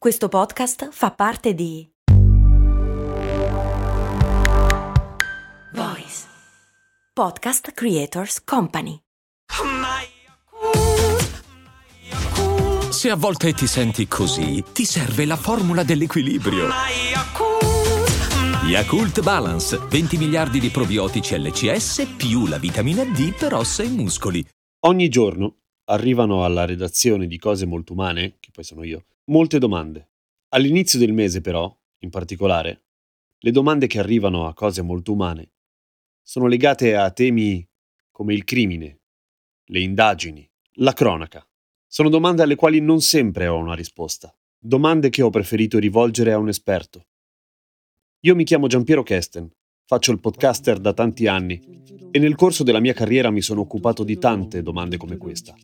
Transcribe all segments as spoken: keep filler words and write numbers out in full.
Questo podcast fa parte di Voice Podcast Creators Company. Se a volte ti senti così, ti serve la formula dell'equilibrio. Yakult Balance, venti miliardi di probiotici L C S più la vitamina D per ossa e muscoli. Ogni giorno arrivano alla redazione di Cose Molto Umane, che poi sono io, molte domande. All'inizio del mese però, in particolare, le domande che arrivano a Cose Molto Umane sono legate a temi come il crimine, le indagini, la cronaca. Sono domande alle quali non sempre ho una risposta. Domande che ho preferito rivolgere a un esperto. Io mi chiamo Giampiero Kesten, faccio il podcaster da tanti anni e nel corso della mia carriera mi sono occupato di tante domande come questa.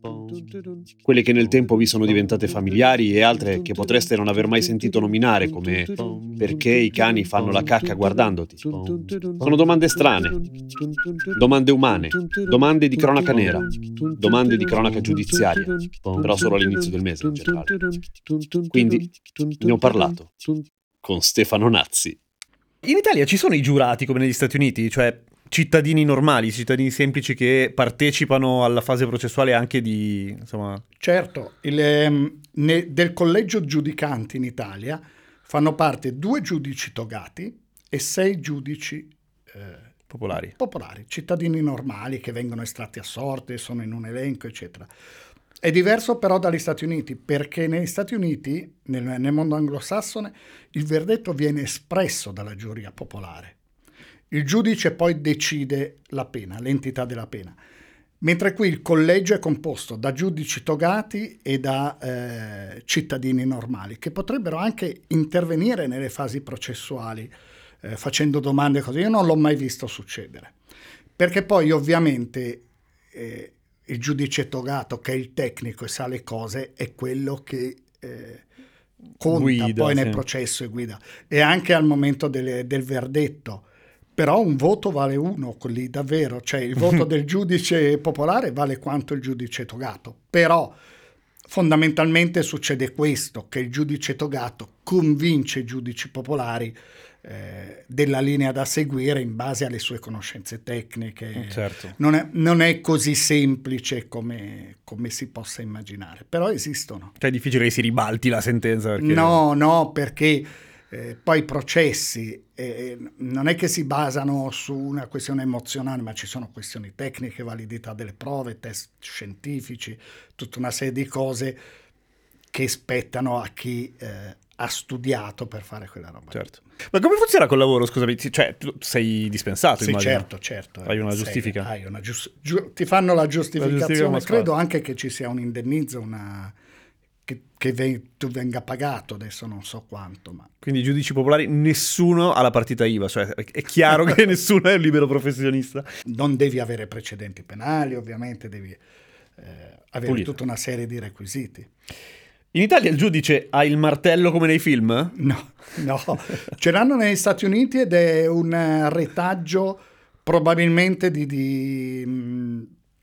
Quelle che nel tempo vi sono diventate familiari e altre che potreste non aver mai sentito nominare, come perché i cani fanno la cacca guardandoti. Sono domande strane, domande umane, domande di cronaca nera, domande di cronaca giudiziaria, però solo all'inizio del mese in generale. Quindi ne ho parlato con Stefano Nazzi. In Italia ci sono i giurati come negli Stati Uniti, cioè cittadini normali, cittadini semplici che partecipano alla fase processuale anche di, insomma... Certo, il, ehm, ne, del collegio giudicanti in Italia fanno parte due giudici togati e sei giudici eh, popolari. popolari, cittadini normali che vengono estratti a sorte, sono in un elenco, eccetera. È diverso però dagli Stati Uniti, perché negli Stati Uniti, nel, nel mondo anglosassone, il verdetto viene espresso dalla giuria popolare. Il giudice poi decide la pena, l'entità della pena. Mentre qui il collegio è composto da giudici togati e da eh, cittadini normali, che potrebbero anche intervenire nelle fasi processuali, eh, facendo domande così. Io non l'ho mai visto succedere. Perché poi ovviamente... Eh, il giudice togato, che è il tecnico e sa le cose, è quello che eh, conta guida, poi nel sì. processo e guida. E anche al momento delle, del verdetto. Però un voto vale uno, lì davvero. Cioè il voto del giudice popolare vale quanto il giudice togato. Però fondamentalmente succede questo, che il giudice togato convince i giudici popolari Eh, della linea da seguire in base alle sue conoscenze tecniche. Certo. Non è, non è così semplice come, come si possa immaginare, però esistono. Cioè è difficile che si ribalti la sentenza. Perché... No, no, perché eh, poi i processi eh, non è che si basano su una questione emozionale, ma ci sono questioni tecniche, validità delle prove, test scientifici, tutta una serie di cose che spettano a chi eh, ha studiato per fare quella roba. Certo. Ma come funziona col lavoro, scusami? Cioè, tu sei dispensato, sì, immagino. certo, certo. Hai una Sei, giustifica? Hai una gius- giu- ti fanno la giustificazione. La giustifica Credo anche che ci sia un indennizzo, una... che, che ven- tu venga pagato, adesso non so quanto. Ma... Quindi i giudici popolari, nessuno ha la partita I V A, cioè è chiaro che nessuno è un libero professionista. Non devi avere precedenti penali, ovviamente, devi eh, avere Pulito. tutta una serie di requisiti. In Italia il giudice ha il martello come nei film? No, no. Ce l'hanno negli Stati Uniti ed è un retaggio probabilmente di, di mh,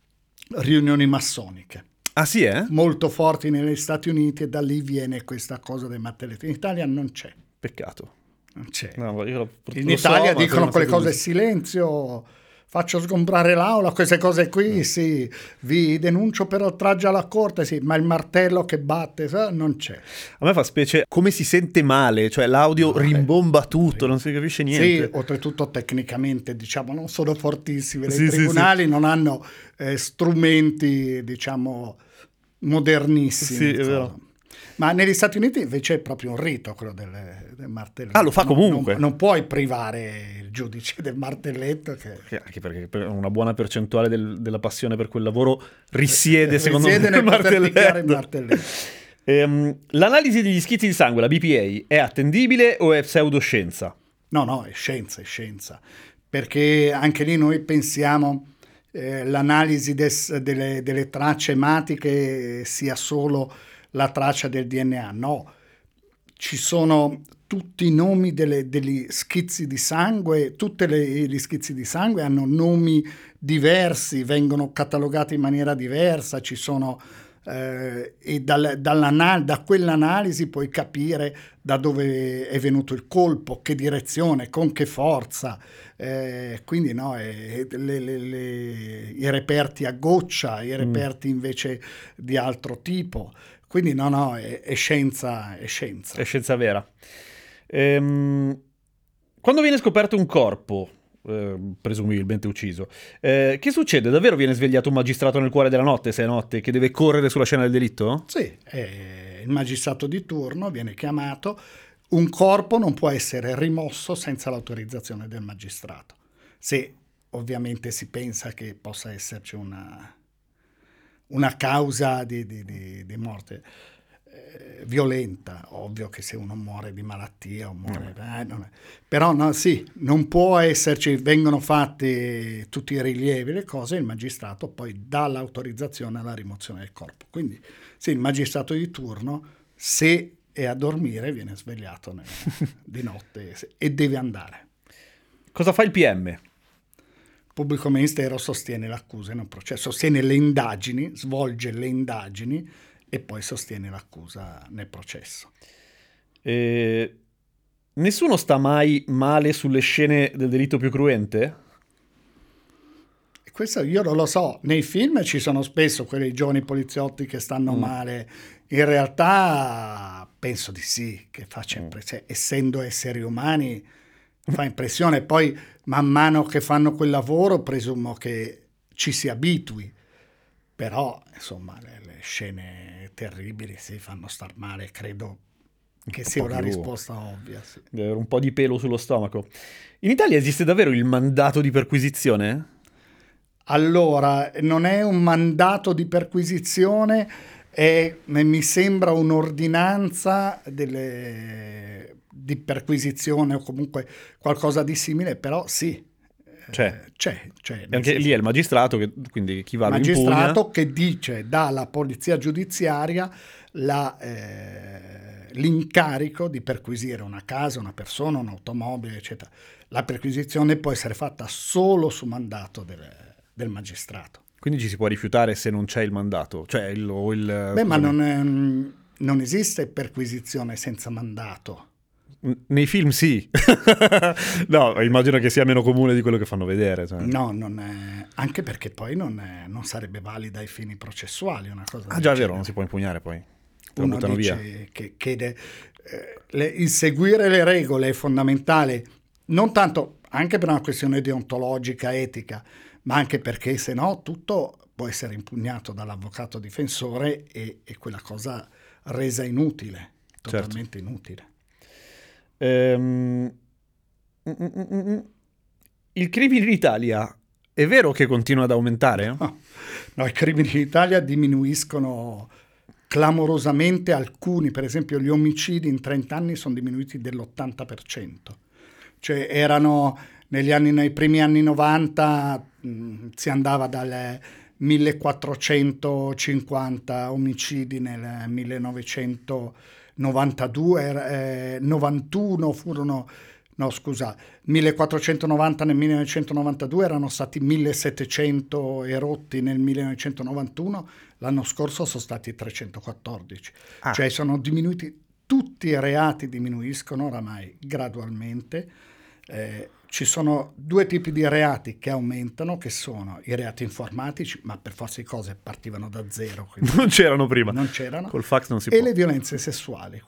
riunioni massoniche. Ah sì, eh? Molto forti negli Stati Uniti e da lì viene questa cosa del martelletto. In Italia non c'è. Peccato. Non c'è. No, io lo, In lo Italia so, ma dicono non quelle so cose, come- silenzio, faccio sgombrare l'aula, queste cose qui, sì, vi denuncio per oltraggio alla corte, sì, ma il martello che batte, sa, non c'è. A me fa specie come si sente male, cioè l'audio No, rimbomba tutto, non si capisce niente. Sì, oltretutto tecnicamente, diciamo, non sono fortissimi. Sì, I sì, tribunali sì. non hanno eh, strumenti, diciamo, modernissimi. Sì, è insomma. vero. Ma negli Stati Uniti invece è proprio un rito quello del, del martelletto. Ah, lo fa Non- comunque? Non, non puoi privare il giudice del martelletto. Che... Che- Anche perché per una buona percentuale del- della passione per quel lavoro risiede, secondo Risiede me, nel nel poter picchiare il martelletto. martelletto. Ehm, l'analisi degli schizzi di sangue, la B P A, è attendibile o è pseudoscienza? No, no, è scienza, è scienza. Perché anche lì noi pensiamo eh, l'analisi des- delle, delle tracce ematiche sia solo la traccia del D N A. No, ci sono tutti i nomi delle, degli schizzi di sangue, tutti gli schizzi di sangue hanno nomi diversi, vengono catalogati in maniera diversa, ci sono eh, e dal, dall'anal- da quell'analisi puoi capire da dove è venuto il colpo, che direzione, con che forza, eh, quindi no, eh, le, le, le, i reperti a goccia, i reperti invece di altro tipo, quindi no, no, è, è scienza, è scienza. È scienza vera. Ehm, quando viene scoperto un corpo, eh, presumibilmente ucciso, eh, che succede? Davvero viene svegliato un magistrato nel cuore della notte, se è notte, che deve correre sulla scena del delitto? Sì, eh, il magistrato di turno viene chiamato. Un corpo non può essere rimosso senza l'autorizzazione del magistrato, se ovviamente si pensa che possa esserci una, una causa di, di, di, di morte eh, violenta. Ovvio che se uno muore di malattia o muore, eh, non è. Però no, sì, non può esserci, vengono fatti tutti i rilievi, le cose, il magistrato poi dà l'autorizzazione alla rimozione del corpo. Quindi sì, il magistrato di turno, se è a dormire, viene svegliato nel, di notte e deve andare. Cosa fa il P M? Il pubblico ministero sostiene l'accusa in un processo, sostiene le indagini, svolge le indagini e poi sostiene l'accusa nel processo. Eh, nessuno sta mai male sulle scene del delitto più cruente? E questo io non lo so. Nei film ci sono spesso quei giovani poliziotti che stanno mm. male. In realtà penso di sì, che faccia impressione. Mm. Essendo esseri umani fa impressione. Poi man mano che fanno quel lavoro presumo che ci si abitui. Però insomma le, le scene terribili si fanno star male, credo che sia una risposta ovvia. Sì. Deve avere un po' di pelo sullo stomaco. In Italia esiste davvero il mandato di perquisizione? Allora, non è un mandato di perquisizione, è, mi sembra un'ordinanza delle, di perquisizione o comunque qualcosa di simile, però sì. C'è. Eh, c'è, c'è e anche lì è il magistrato, che, quindi chi va il lo magistrato impugna. Che dice, dà alla polizia giudiziaria la, eh, l'incarico di perquisire una casa, una persona, un'automobile, eccetera. La perquisizione può essere fatta solo su mandato del, del magistrato. Quindi ci si può rifiutare se non c'è il mandato? Cioè il, o il, Beh, ma non, è, non esiste perquisizione senza mandato. Nei film sì. No, immagino che sia meno comune di quello che fanno vedere. Cioè. No, non è, anche perché poi non, è, non sarebbe valida ai fini processuali una cosa. Ah già, è vero, non si può impugnare poi. Te lo buttano via. Che, che de, eh, le, il seguire le regole è fondamentale, non tanto anche per una questione deontologica, etica, ma anche perché se no tutto può essere impugnato dall'avvocato difensore e, e quella cosa resa inutile, totalmente certo. inutile. Um, il crimine in Italia è vero che continua ad aumentare? No, no, i crimini in Italia diminuiscono clamorosamente, alcuni, per esempio gli omicidi in trenta anni sono diminuiti dell'ottanta per cento. Cioè erano negli anni, nei primi anni novanta mh, si andava dal millequattrocentocinquanta omicidi nel millenovecentonovantadue, eh, novantuno furono, no scusa, millequattrocentonovanta nel millenovecentonovantadue, erano stati millesettecento erotti nel millenovecentonovantuno, l'anno scorso sono stati trecentoquattordici. Ah. Cioè sono diminuiti, tutti i reati diminuiscono oramai gradualmente. Eh, ci sono due tipi di reati che aumentano, che sono i reati informatici, ma per forza di cose partivano da zero. Non c'erano prima. Non c'erano. Col fax non si e può. le violenze sessuali.